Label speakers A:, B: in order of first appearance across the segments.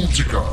A: musica.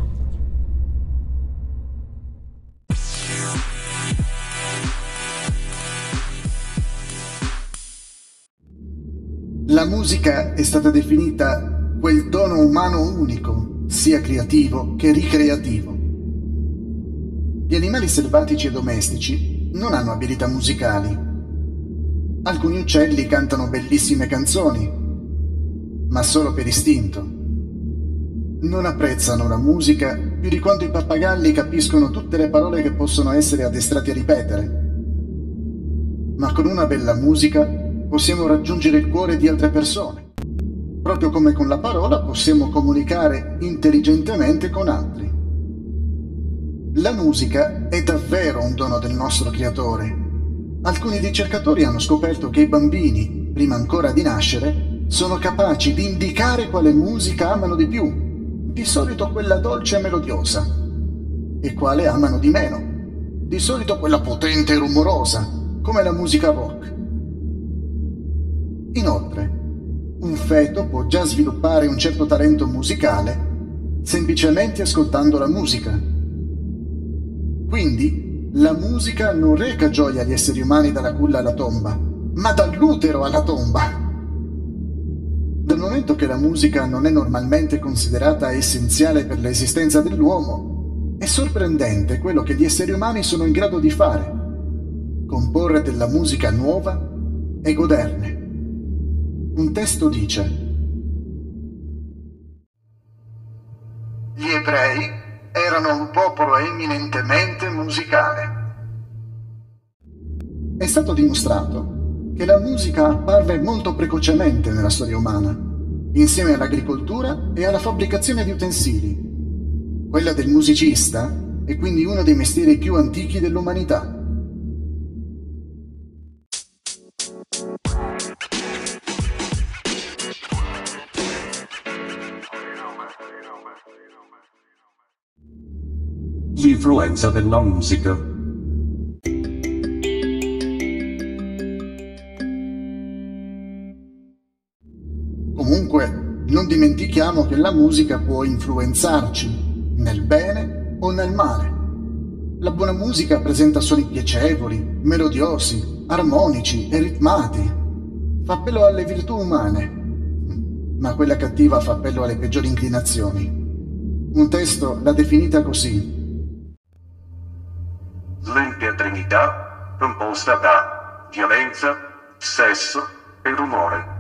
B: La musica è stata definita quel dono umano unico, sia creativo che ricreativo. Gli animali selvatici e domestici non hanno abilità musicali. Alcuni uccelli cantano bellissime canzoni, ma solo per istinto. Non apprezzano la musica più di quanto i pappagalli capiscono tutte le parole che possono essere addestrati a ripetere. Ma con una bella musica possiamo raggiungere il cuore di altre persone. Proprio come con la parola possiamo comunicare intelligentemente con altri. La musica è davvero un dono del nostro creatore. Alcuni ricercatori hanno scoperto che i bambini, prima ancora di nascere, sono capaci di indicare quale musica amano di più, di solito quella dolce e melodiosa, e quale amano di meno, di solito quella potente e rumorosa, come la musica rock. Inoltre, un feto può già sviluppare un certo talento musicale semplicemente ascoltando la musica. Quindi, la musica non reca gioia agli esseri umani dalla culla alla tomba, ma dall'utero alla tomba. Dal momento che la musica non è normalmente considerata essenziale per l'esistenza dell'uomo, è sorprendente quello che gli esseri umani sono in grado di fare: comporre della musica nuova e goderne. Un testo dice: gli ebrei erano un popolo eminentemente musicale. È stato dimostrato che la musica apparve molto precocemente nella storia umana, insieme all'agricoltura e alla fabbricazione di utensili. Quella del musicista è quindi uno dei mestieri più antichi dell'umanità.
C: L'influenza della musica.
B: Comunque, non dimentichiamo che la musica può influenzarci, nel bene o nel male. La buona musica presenta suoni piacevoli, melodiosi, armonici e ritmati. Fa appello alle virtù umane, ma quella cattiva fa appello alle peggiori inclinazioni. Un testo l'ha definita così:
C: L'empia trinità composta da violenza, sesso e rumore.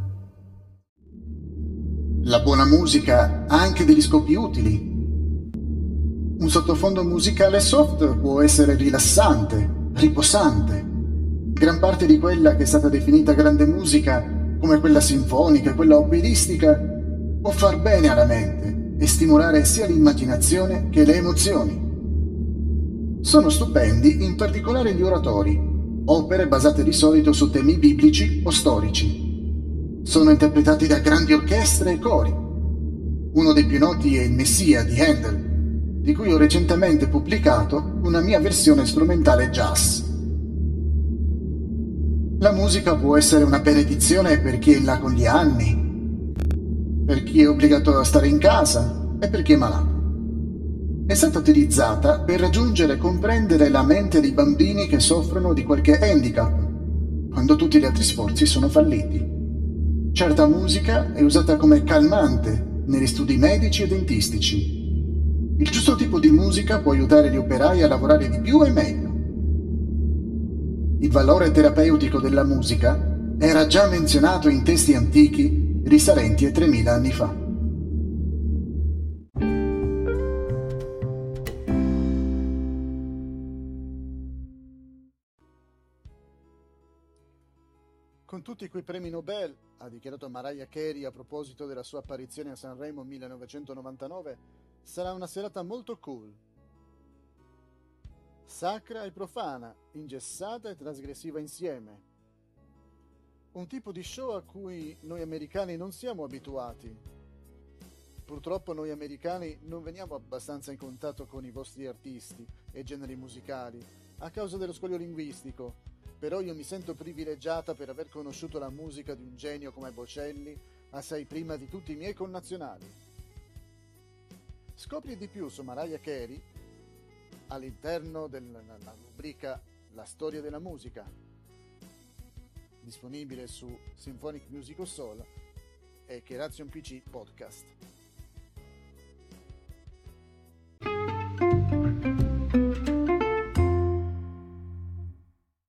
B: La buona musica ha anche degli scopi utili. Un sottofondo musicale soft può essere rilassante, riposante. Gran parte di quella che è stata definita grande musica, come quella sinfonica e quella operistica, può far bene alla mente e stimolare sia l'immaginazione che le emozioni. Sono stupendi in particolare gli oratori, opere basate di solito su temi biblici o storici. Sono interpretati da grandi orchestre e cori. Uno dei più noti è il Messia di Handel, di cui ho recentemente pubblicato una mia versione strumentale jazz. La musica può essere una benedizione per chi è là con gli anni, per chi è obbligato a stare in casa e per chi è malato. È stata utilizzata per raggiungere e comprendere la mente dei bambini che soffrono di qualche handicap, quando tutti gli altri sforzi sono falliti. Certa musica è usata come calmante negli studi medici e dentistici. Il giusto tipo di musica può aiutare gli operai a lavorare di più e meglio. Il valore terapeutico della musica era già menzionato in testi antichi risalenti a 3000 anni fa. Con tutti quei premi Nobel, ha dichiarato Mariah Carey a proposito della sua apparizione a Sanremo 1999, sarà una serata molto cool. Sacra e profana, ingessata e trasgressiva insieme. Un tipo di show a cui noi americani non siamo abituati. Purtroppo noi americani non veniamo abbastanza in contatto con i vostri artisti e generi musicali, a causa dello scoglio linguistico. Però io mi sento privilegiata per aver conosciuto la musica di un genio come Bocelli assai prima di tutti i miei connazionali. Scopri di più su Mariah Carey all'interno della rubrica La storia della musica, disponibile su Symphonic Musical Soul e Keration PC Podcast.